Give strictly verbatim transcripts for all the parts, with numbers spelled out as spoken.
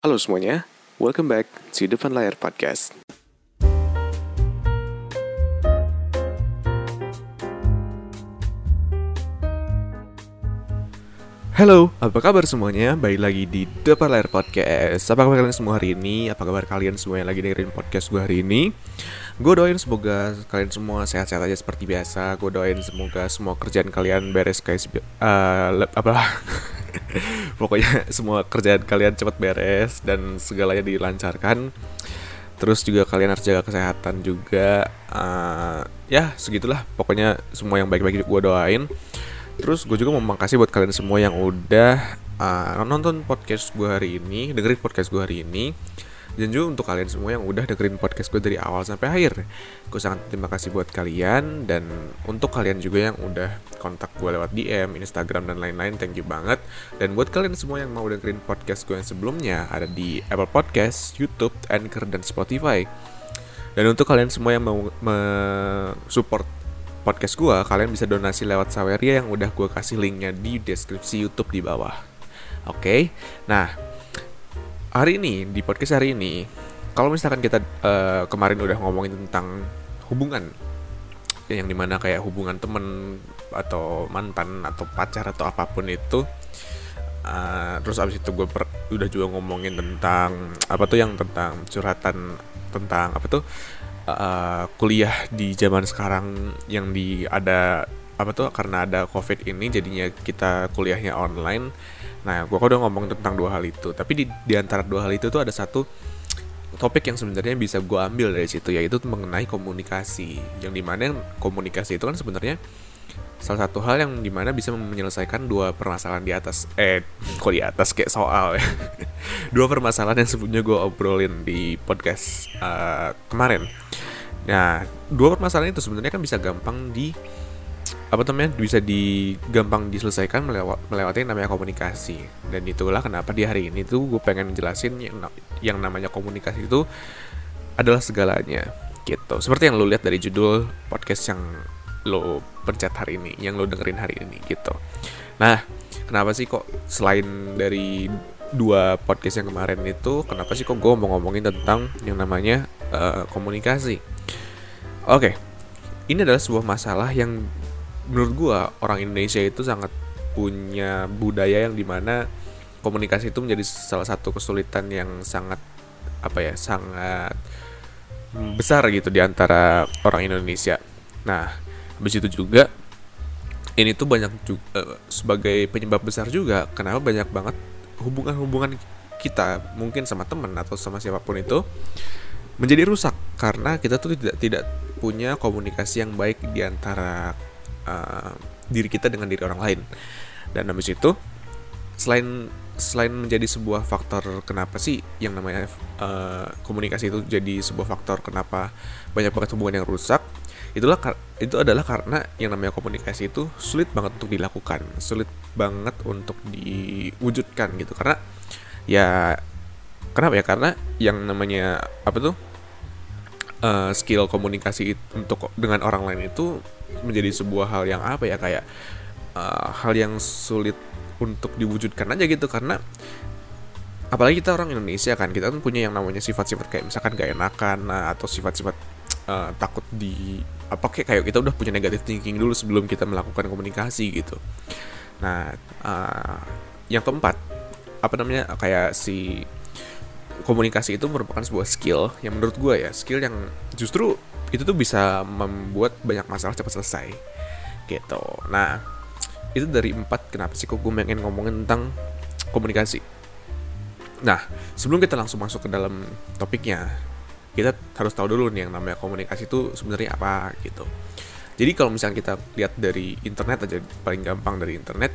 Halo semuanya, welcome back to Depan Layar Podcast. Halo, apa kabar semuanya? Balik lagi di Depan Layar Podcast. Apa kabar kalian semua hari ini? Apa kabar kalian semua yang lagi dengerin podcast gue hari ini? Gue doain semoga kalian semua sehat-sehat aja seperti biasa. Gue doain semoga semua kerjaan kalian beres guys. Uh, apa? Pokoknya semua kerjaan kalian cepat beres dan segalanya dilancarkan. Terus juga kalian harus jaga kesehatan juga. Uh, ya segitulah. Pokoknya semua yang baik-baik gue doain. Terus gue juga mau makasih buat kalian semua yang udah uh, nonton podcast gue hari ini, dengerin podcast gue hari ini. Dan juga untuk kalian semua yang udah dengerin podcast gue dari awal sampai akhir, gue sangat terima kasih buat kalian. Dan untuk kalian juga yang udah kontak gue lewat D M, Instagram, dan lain-lain, thank you banget. Dan buat kalian semua yang mau dengerin podcast gue yang sebelumnya, ada di Apple Podcast, YouTube, Anchor, dan Spotify. Dan untuk kalian semua yang mau support podcast gue, kalian bisa donasi lewat Saweria yang udah gue kasih linknya di deskripsi YouTube di bawah. Oke, okay? Nah hari ini, di podcast hari ini, kalau misalkan kita uh, kemarin udah ngomongin tentang hubungan, yang dimana kayak hubungan temen atau mantan atau pacar atau apapun itu, uh, terus abis itu gue per- udah juga ngomongin tentang apa tuh yang tentang curhatan tentang apa tuh uh, kuliah di zaman sekarang yang di ada apa tuh karena ada COVID ini jadinya kita kuliahnya online. Nah, gue udah ngomong tentang dua hal itu. Tapi di, di antara dua hal itu tuh ada satu topik yang sebenarnya bisa gue ambil dari situ, yaitu mengenai komunikasi. Yang dimana komunikasi itu kan sebenarnya salah satu hal yang dimana bisa menyelesaikan dua permasalahan di atas. Eh, kok di atas kayak soal ya. Dua permasalahan yang sebelumnya gue obrolin di podcast uh, kemarin. Nah, dua permasalahan itu sebenarnya kan bisa gampang di apa namanya bisa digampang diselesaikan melewat melewati yang namanya komunikasi. Dan itulah kenapa di hari ini tuh gue pengen jelasin yang, yang namanya komunikasi itu adalah segalanya gitu. Seperti yang lo lihat dari judul podcast yang lo pencet hari ini, yang lo dengerin hari ini gitu. Nah, kenapa sih kok selain dari dua podcast yang kemarin itu, kenapa sih kok gue mau ngomongin tentang yang namanya uh, komunikasi? Oke, okay. Ini adalah sebuah masalah yang menurut gue orang Indonesia itu sangat punya budaya yang dimana komunikasi itu menjadi salah satu kesulitan yang sangat apa ya sangat besar gitu di antara orang Indonesia. Nah, habis itu juga ini tuh banyak juga uh, sebagai penyebab besar juga kenapa banyak banget hubungan-hubungan kita mungkin sama teman atau sama siapapun itu menjadi rusak karena kita tuh tidak tidak punya komunikasi yang baik di antara Uh, diri kita dengan diri orang lain. Dan habis itu selain selain menjadi sebuah faktor kenapa sih yang namanya uh, komunikasi itu jadi sebuah faktor kenapa banyak banget hubungan yang rusak, itulah itu adalah karena yang namanya komunikasi itu sulit banget untuk dilakukan, sulit banget untuk diwujudkan gitu. Karena ya kenapa ya karena yang namanya apa tuh uh, skill komunikasi itu, untuk dengan orang lain itu menjadi sebuah hal yang apa ya kayak uh, hal yang sulit untuk diwujudkan aja gitu. Karena apalagi kita orang Indonesia kan, kita kan punya yang namanya sifat-sifat kayak misalkan gak enakan nah, atau sifat-sifat uh, takut di apa kayak kayak kita udah punya negative thinking dulu sebelum kita melakukan komunikasi gitu. Nah, uh, yang keempat apa namanya kayak si komunikasi itu merupakan sebuah skill yang menurut gue ya skill yang justru itu tuh bisa membuat banyak masalah cepat selesai gitu. Nah, itu dari empat kenapa sih kok gue pengen ngomongin tentang komunikasi. Nah, sebelum kita langsung masuk ke dalam topiknya, kita harus tahu dulu nih yang namanya komunikasi itu sebenarnya apa gitu. Jadi kalau misalnya kita lihat dari internet aja, paling gampang dari internet,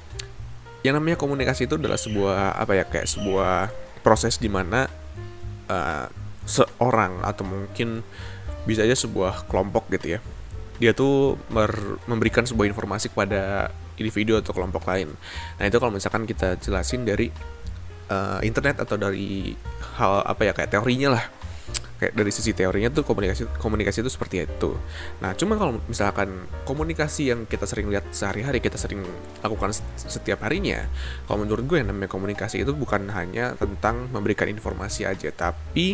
yang namanya komunikasi itu adalah sebuah apa ya kayak sebuah proses di mana uh, seorang atau mungkin bisa aja sebuah kelompok gitu ya, dia tuh mer- memberikan sebuah informasi kepada individu atau kelompok lain. Nah itu kalau misalkan kita jelasin dari uh, internet atau dari hal apa ya kayak teorinya lah. kayak dari sisi teorinya tuh komunikasi komunikasi itu seperti itu. Nah, cuma kalau misalkan komunikasi yang kita sering lihat sehari-hari, kita sering lakukan setiap harinya, kalau menurut gue yang namanya komunikasi itu bukan hanya tentang memberikan informasi aja, tapi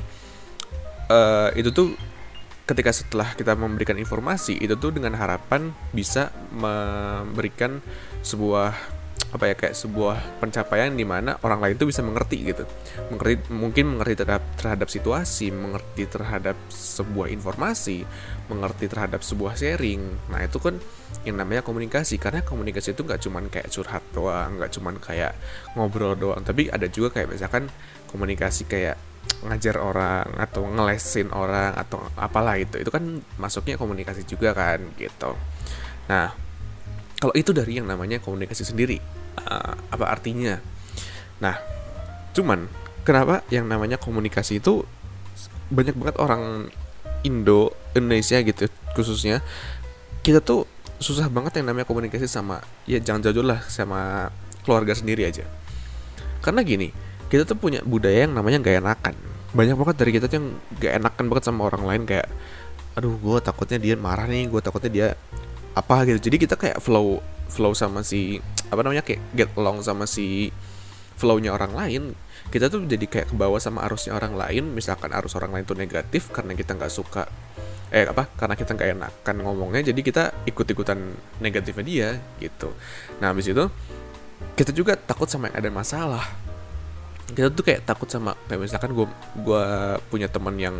uh, itu tuh ketika setelah kita memberikan informasi itu tuh dengan harapan bisa memberikan sebuah apa ya kayak sebuah pencapaian di mana orang lain tuh bisa mengerti gitu, mengerti mungkin mengerti terhadap, terhadap situasi, mengerti terhadap sebuah informasi, mengerti terhadap sebuah sharing. Nah itu kan yang namanya komunikasi, karena komunikasi itu nggak cuman kayak curhat doang, nggak cuman kayak ngobrol doang, tapi ada juga kayak misalkan komunikasi kayak ngajar orang atau ngelesin orang atau apalah itu itu kan masuknya komunikasi juga kan gitu. Nah kalau itu dari yang namanya komunikasi sendiri, uh, apa artinya? Nah cuman kenapa yang namanya komunikasi itu banyak banget orang Indo Indonesia gitu khususnya, kita tuh susah banget yang namanya komunikasi sama ya jangan jauh lah sama keluarga sendiri aja. Karena gini, kita tuh punya budaya yang namanya gak enakan. Banyak banget dari kita tuh yang gak enakan banget sama orang lain, kayak aduh gue takutnya dia marah nih, gue takutnya dia apa gitu. Jadi kita kayak flow flow sama si apa namanya kayak get along sama si flownya orang lain. Kita tuh jadi kayak kebawa sama arusnya orang lain. Misalkan arus orang lain tuh negatif karena kita nggak suka eh apa karena kita nggak enakan ngomongnya, jadi kita ikut-ikutan negatifnya dia gitu. Nah habis itu kita juga takut sama yang ada masalah. Kita tuh kayak takut sama kayak misalkan gue gue punya teman yang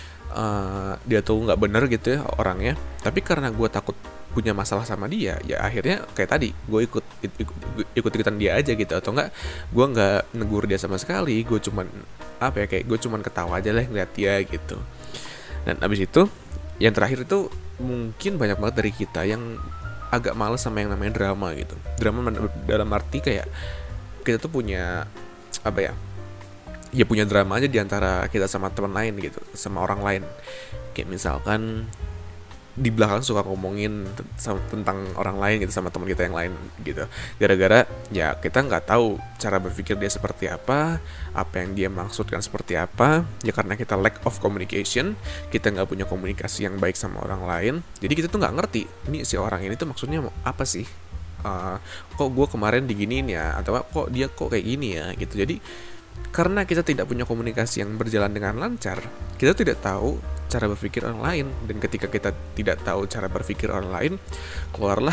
uh, dia tuh nggak bener gitu ya orangnya, tapi karena gue takut punya masalah sama dia, ya akhirnya kayak tadi gue ikut ikut ikut ikutan dia aja gitu, atau enggak gue nggak negur dia sama sekali, gue cuman apa ya kayak gue cuman ketawa aja lah ngeliat dia gitu. Dan abis itu yang terakhir itu mungkin banyak banget dari kita yang agak males sama yang namanya drama gitu. Drama dalam arti kayak kita tuh punya apa ya ya punya drama aja diantara kita sama teman lain gitu, sama orang lain. Kayak misalkan di belakang suka ngomongin tentang orang lain gitu sama teman kita yang lain gitu, gara-gara ya kita nggak tahu cara berpikir dia seperti apa, apa yang dia maksudkan seperti apa, ya karena kita lack of communication, kita nggak punya komunikasi yang baik sama orang lain, jadi kita tuh nggak ngerti ini si orang ini tuh maksudnya mau apa sih, uh, kok gue kemarin diginiin ya, atau kok dia kok kayak gini ya gitu. Jadi karena kita tidak punya komunikasi yang berjalan dengan lancar, kita tidak tahu cara berpikir orang lain. Dan ketika kita tidak tahu cara berpikir orang lain, keluarlah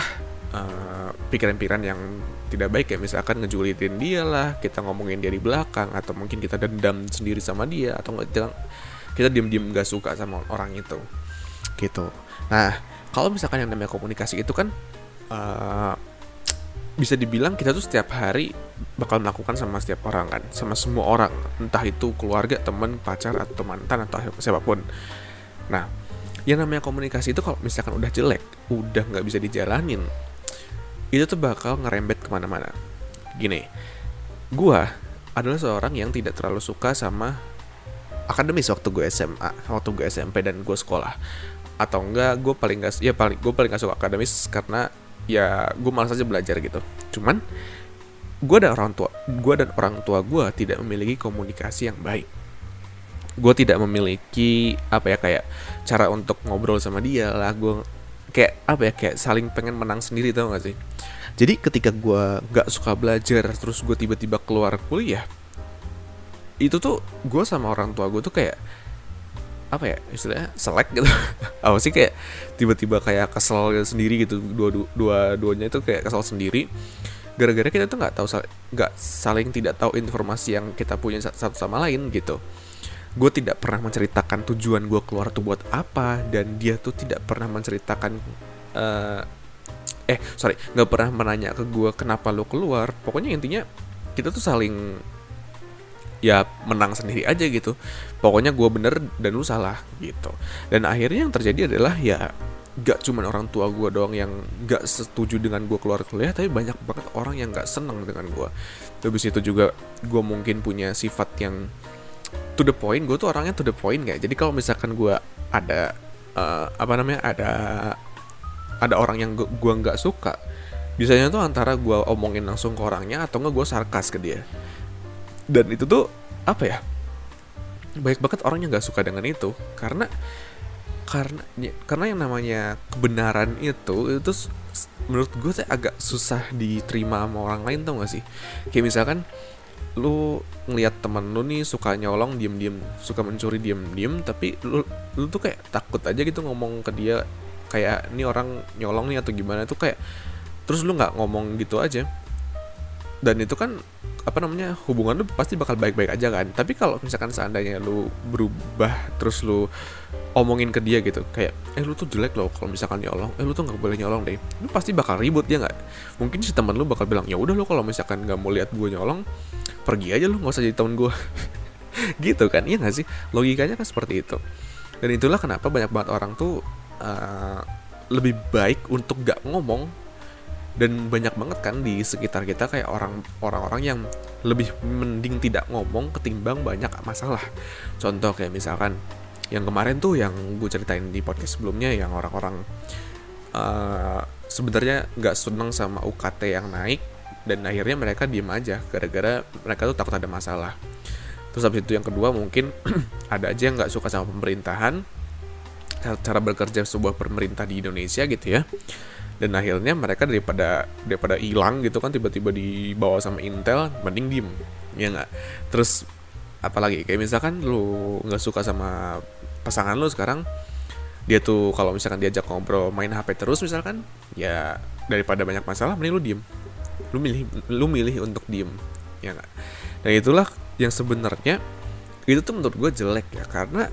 uh, pikiran-pikiran yang tidak baik, kayak misalkan ngejulitin dia lah, kita ngomongin dia di belakang, atau mungkin kita dendam sendiri sama dia, atau nggak kita kita diem-diem nggak suka sama orang itu gitu. Nah kalau misalkan yang namanya komunikasi itu kan uh, bisa dibilang kita tuh setiap hari bakal melakukan sama setiap orang kan, sama semua orang, entah itu keluarga, teman, pacar, atau mantan, atau siapapun. Nah, yang namanya komunikasi itu kalau misalkan udah jelek, udah nggak bisa dijalanin, itu tuh bakal ngerembet kemana-mana. Gini, gua adalah seorang yang tidak terlalu suka sama akademis waktu gue S M A, waktu gue S M P dan gue sekolah. Atau enggak, gue paling nggak, ya paling gue paling nggak suka akademis karena ya gue malas aja belajar gitu. Cuman gue dan orang tua gue dan orang tua gue tidak memiliki komunikasi yang baik. Gue tidak memiliki apa ya kayak cara untuk ngobrol sama dia lah. Gue kayak apa ya kayak saling pengen menang sendiri, tau gak sih? Jadi ketika gue nggak suka belajar, terus gue tiba-tiba keluar kuliah, itu tuh gue sama orang tua gue tuh kayak apa ya istilahnya selek gitu. Apa sih kayak tiba-tiba kayak kesel sendiri gitu, dua dua duanya itu kayak kesel sendiri gara-gara kita tuh nggak tahu nggak saling tidak tahu informasi yang kita punya satu sama lain gitu. Gue tidak pernah menceritakan tujuan gue keluar tuh buat apa, dan dia tuh tidak pernah menceritakan uh, eh sorry nggak pernah menanya ke gue kenapa lo keluar. Pokoknya intinya kita tuh saling ya menang sendiri aja gitu. Pokoknya gue bener dan lu salah gitu. Dan akhirnya yang terjadi adalah ya gak cuma orang tua gue doang yang gak setuju dengan gue keluar kuliah, tapi banyak banget orang yang gak seneng dengan gue. Habis itu juga gue mungkin punya sifat yang to the point. Gue tuh orangnya to the point gak. Jadi kalau misalkan gue ada uh, apa namanya ada ada orang yang gue gak suka, biasanya tuh antara gue omongin langsung ke orangnya atau gak gue sarkas ke dia. Dan itu tuh apa ya banyak banget orang yang nggak suka dengan itu, karena karena karena yang namanya kebenaran itu itu menurut gue tuh agak susah diterima sama orang lain, tau gak sih? Kayak misalkan lu ngelihat temen lu nih suka nyolong diem-diem, suka mencuri diem-diem, tapi lu lu tuh kayak takut aja gitu ngomong ke dia kayak ini orang nyolong nih atau gimana tuh, kayak terus lu nggak ngomong gitu aja, dan itu kan apa namanya, hubungan lu pasti bakal baik-baik aja kan. Tapi kalau misalkan seandainya lu berubah terus lu omongin ke dia gitu kayak eh lu tuh jelek loh kalau misalkan nyolong, eh lu tuh nggak boleh nyolong deh, lu pasti bakal ribut ya nggak? Mungkin si teman lu bakal bilang ya udah lu kalau misalkan nggak mau lihat gue nyolong, pergi aja lu, nggak usah jadi temen gue. Gitu kan, iya nggak sih? Logikanya kan seperti itu. Dan itulah kenapa banyak banget orang tuh uh, lebih baik untuk nggak ngomong. Dan banyak banget kan di sekitar kita kayak orang orang-orang yang lebih mending tidak ngomong ketimbang banyak masalah. Contoh kayak misalkan yang kemarin tuh yang gue ceritain di podcast sebelumnya, yang orang-orang uh, sebenarnya nggak seneng sama U K T yang naik, dan akhirnya mereka diem aja gara-gara mereka tuh takut ada masalah. Terus habis itu yang kedua mungkin ada aja yang nggak suka sama pemerintahan, cara bekerja sebuah pemerintah di Indonesia gitu ya. Dan akhirnya mereka daripada daripada hilang gitu kan, tiba-tiba dibawa sama Intel, mending diem, ya nggak? Terus apalagi kayak misalkan lu nggak suka sama pasangan lu sekarang, dia tuh kalau misalkan diajak ngobrol main H P terus misalkan, ya daripada banyak masalah mending lu diem, lu milih lu milih untuk diem, ya nggak? Dan itulah yang sebenarnya itu tuh menurut gue jelek ya, karena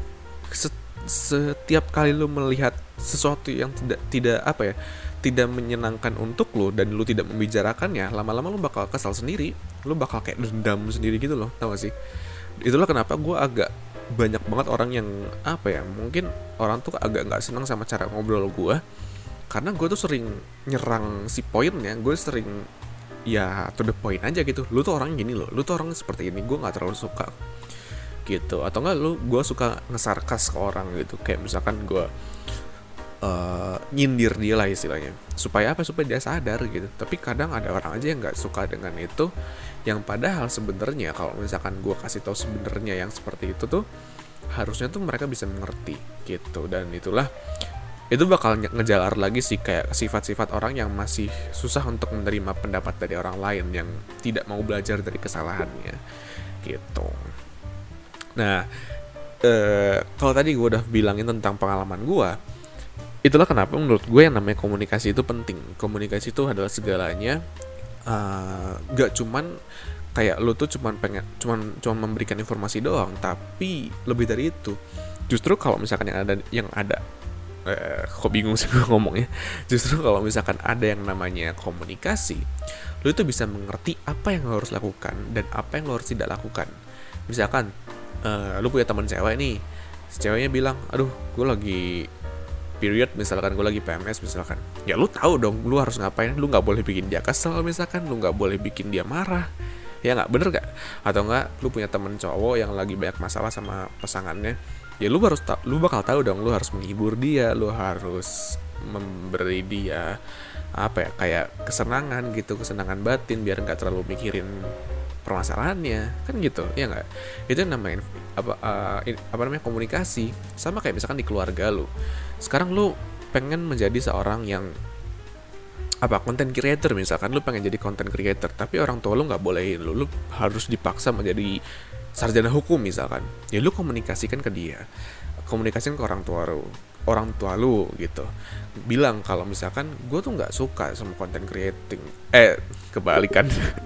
setiap kali lu melihat sesuatu yang tidak tidak apa ya tidak menyenangkan untuk lu dan lu tidak membicarakannya, lama-lama lu bakal kesal sendiri, lu bakal kayak dendam sendiri gitu loh, tau gak sih? Itulah kenapa gue agak banyak banget orang yang apa ya, mungkin orang tuh agak nggak senang sama cara ngobrol gue, karena gue tuh sering nyerang si poinnya, gue sering ya to the point aja gitu, lu tuh orang gini loh, lu tuh orang seperti ini, gue nggak terlalu suka gitu. Atau enggak lu gue suka ngesarkas ke orang gitu, kayak misalkan gue Uh, nyindir dia lah istilahnya, supaya apa, supaya dia sadar gitu. Tapi kadang ada orang aja yang nggak suka dengan itu, yang padahal sebenarnya kalau misalkan gue kasih tahu sebenarnya yang seperti itu tuh harusnya tuh mereka bisa mengerti gitu. Dan itulah itu bakal ngejalar lagi sih kayak sifat-sifat orang yang masih susah untuk menerima pendapat dari orang lain, yang tidak mau belajar dari kesalahannya gitu. Nah uh, kalau tadi gue udah bilangin tentang pengalaman gue, itulah kenapa menurut gue yang namanya komunikasi itu penting. Komunikasi itu adalah segalanya. Uh, gak cuman kayak lu tuh cuman pengen cuman cuman memberikan informasi doang, tapi lebih dari itu. Justru kalau misalkan yang ada yang ada eh, kok bingung sih gue ngomongnya. Justru kalau misalkan ada yang namanya komunikasi, lu itu bisa mengerti apa yang lu harus lakukan dan apa yang lu harus tidak lakukan. Misalkan uh, lu punya teman cewek nih, si ceweknya bilang, aduh gue lagi period, misalkan gue lagi P M S misalkan, ya lu tahu dong lu harus ngapain. Lu nggak boleh bikin dia kesel, misalkan lu nggak boleh bikin dia marah, ya nggak, bener nggak? Atau nggak lu punya temen cowok yang lagi banyak masalah sama pasangannya, ya lu harus ta- lu bakal tahu dong lu harus menghibur dia, lu harus memberi dia apa ya, kayak kesenangan gitu, kesenangan batin, biar nggak terlalu mikirin permasalahannya kan gitu, ya nggak? Itu yang namanya apa uh, apa namanya komunikasi. Sama kayak misalkan di keluarga lu, sekarang lu pengen menjadi seorang yang apa, content creator misalkan, lu pengen jadi content creator, tapi orang tua lu nggak bolehin lu, lu harus dipaksa menjadi sarjana hukum misalkan, ya lu komunikasikan ke dia, komunikasikan ke orang tua lu, orang tua lu gitu, bilang kalau misalkan gue tuh nggak suka sama content creating, eh kebalikan.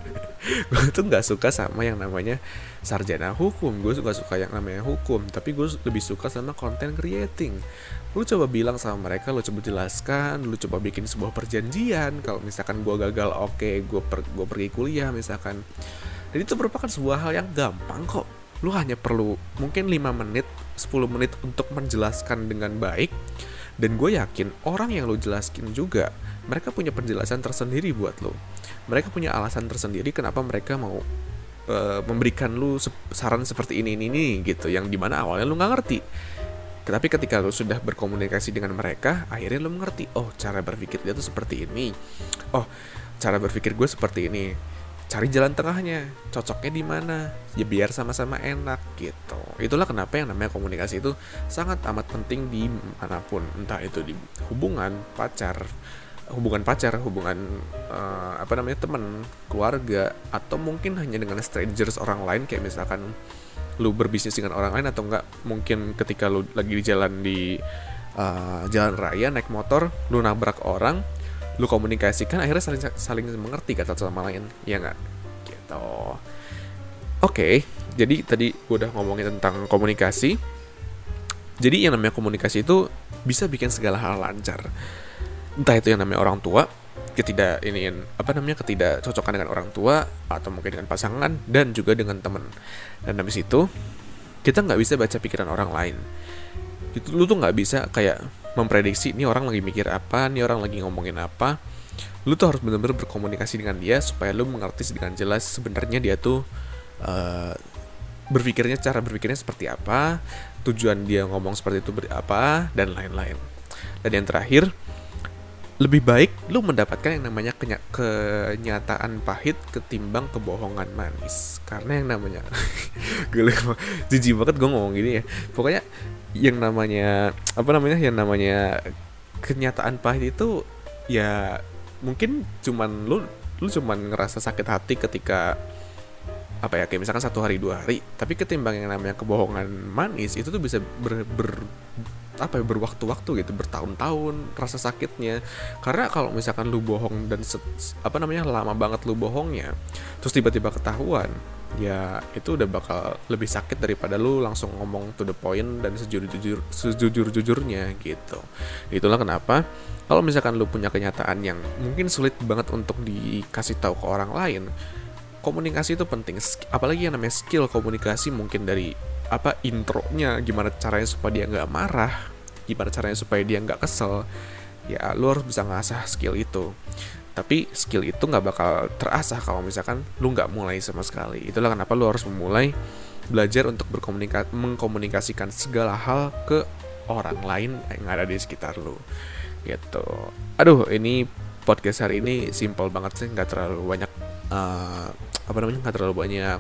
Gue tuh nggak suka sama yang namanya sarjana hukum, gue suka suka yang namanya hukum, tapi gue lebih suka sama content creating. Lu coba bilang sama mereka, lu coba jelaskan, lu coba bikin sebuah perjanjian. Kalau misalkan gue gagal, oke, okay, gue per, gue pergi kuliah misalkan. Dan itu merupakan sebuah hal yang gampang kok. Lu hanya perlu mungkin lima menit, sepuluh menit untuk menjelaskan dengan baik. Dan gue yakin orang yang lu jelaskin juga, mereka punya penjelasan tersendiri buat lu. Mereka punya alasan tersendiri kenapa mereka mau uh, memberikan lu saran seperti ini ini ini gitu, yang dimana awalnya lu nggak ngerti. Tapi ketika lu sudah berkomunikasi dengan mereka, akhirnya lu mengerti, oh cara berpikir dia tuh seperti ini, oh cara berpikir gue seperti ini. Cari jalan tengahnya, cocoknya di mana, ya biar sama-sama enak gitu. Itulah kenapa yang namanya komunikasi itu sangat amat penting di manapun, entah itu di hubungan pacar, hubungan pacar, hubungan uh, apa namanya teman, keluarga, atau mungkin hanya dengan strangers orang lain, kayak misalkan lu berbisnis dengan orang lain, atau enggak mungkin ketika lu lagi di jalan di uh, jalan raya naik motor, lu nabrak orang, lu komunikasikan, akhirnya saling saling mengerti kata sama lain, ya nggak? Gitu. Oke, okay, jadi tadi gue udah ngomongin tentang komunikasi. Jadi yang namanya komunikasi itu bisa bikin segala hal lancar. Entah itu yang namanya orang tua, ketidak ini apa namanya ketidak cocokan dengan orang tua, atau mungkin dengan pasangan, dan juga dengan teman. Dan habis itu kita nggak bisa baca pikiran orang lain. Itu lu tuh nggak bisa kayak memprediksi nih orang lagi mikir apa, nih orang lagi ngomongin apa. Lu tuh harus benar-benar berkomunikasi dengan dia supaya lu mengerti dengan jelas sebenarnya dia tuh Uh, berpikirnya, cara berpikirnya seperti apa, tujuan dia ngomong seperti itu apa, dan lain-lain. Dan yang terakhir, lebih baik lu mendapatkan yang namanya kenya- kenyataan pahit ketimbang kebohongan manis. Karena yang namanya gue jijik banget gue ngomong gini ya. Pokoknya yang namanya apa namanya yang namanya kenyataan pahit itu ya mungkin cuman lu lu cuman ngerasa sakit hati ketika apa ya, kayak misalkan satu hari dua hari, tapi ketimbang yang namanya kebohongan manis itu tuh bisa ber, ber apa ya berwaktu-waktu gitu, bertahun-tahun rasa sakitnya. Karena kalau misalkan lu bohong dan set, apa namanya lama banget lu bohongnya, terus tiba-tiba ketahuan, ya itu udah bakal lebih sakit daripada lu langsung ngomong to the point dan sejujur-jujur sejujur-jujurnya gitu. Itulah kenapa kalau misalkan lu punya kenyataan yang mungkin sulit banget untuk dikasih tahu ke orang lain, komunikasi itu penting, apalagi yang namanya skill komunikasi, mungkin dari apa intronya, gimana caranya supaya dia nggak marah, gimana caranya supaya dia nggak kesel, ya lu harus bisa ngasah skill itu. Tapi skill itu nggak bakal terasah kalau misalkan lu nggak mulai sama sekali. Itulah kenapa lu harus memulai belajar untuk berkomunikasi, mengkomunikasikan segala hal ke orang lain yang ada di sekitar lu, gitu. Aduh, ini podcast hari ini simple banget sih, nggak terlalu banyak uh, apa namanya nggak terlalu banyak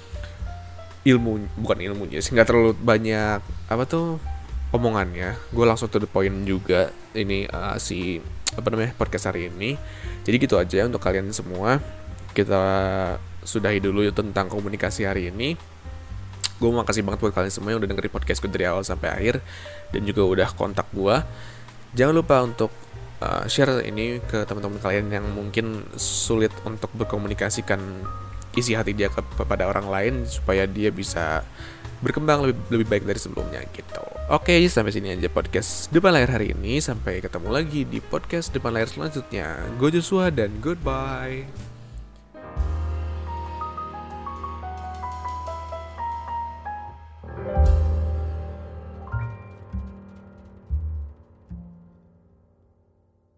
ilmu, bukan ilmunya sih, nggak terlalu banyak apa tuh omongannya. Gue langsung to the point juga ini uh, si apa namanya podcast hari ini. Jadi gitu aja untuk kalian semua. Kita sudahi dulu tentang komunikasi hari ini. Gue makasih banget buat kalian semua yang udah dengerin podcast gue dari awal sampai akhir, dan juga udah kontak gue. Jangan lupa untuk uh, share ini ke teman-teman kalian yang mungkin sulit untuk berkomunikasikan isi hati dia kepada orang lain, supaya dia bisa berkembang lebih lebih baik dari sebelumnya gitu. Oke, sampai sini aja podcast Depan Layar hari ini. Sampai ketemu lagi di podcast Depan Layar selanjutnya. Gue Joshua dan goodbye.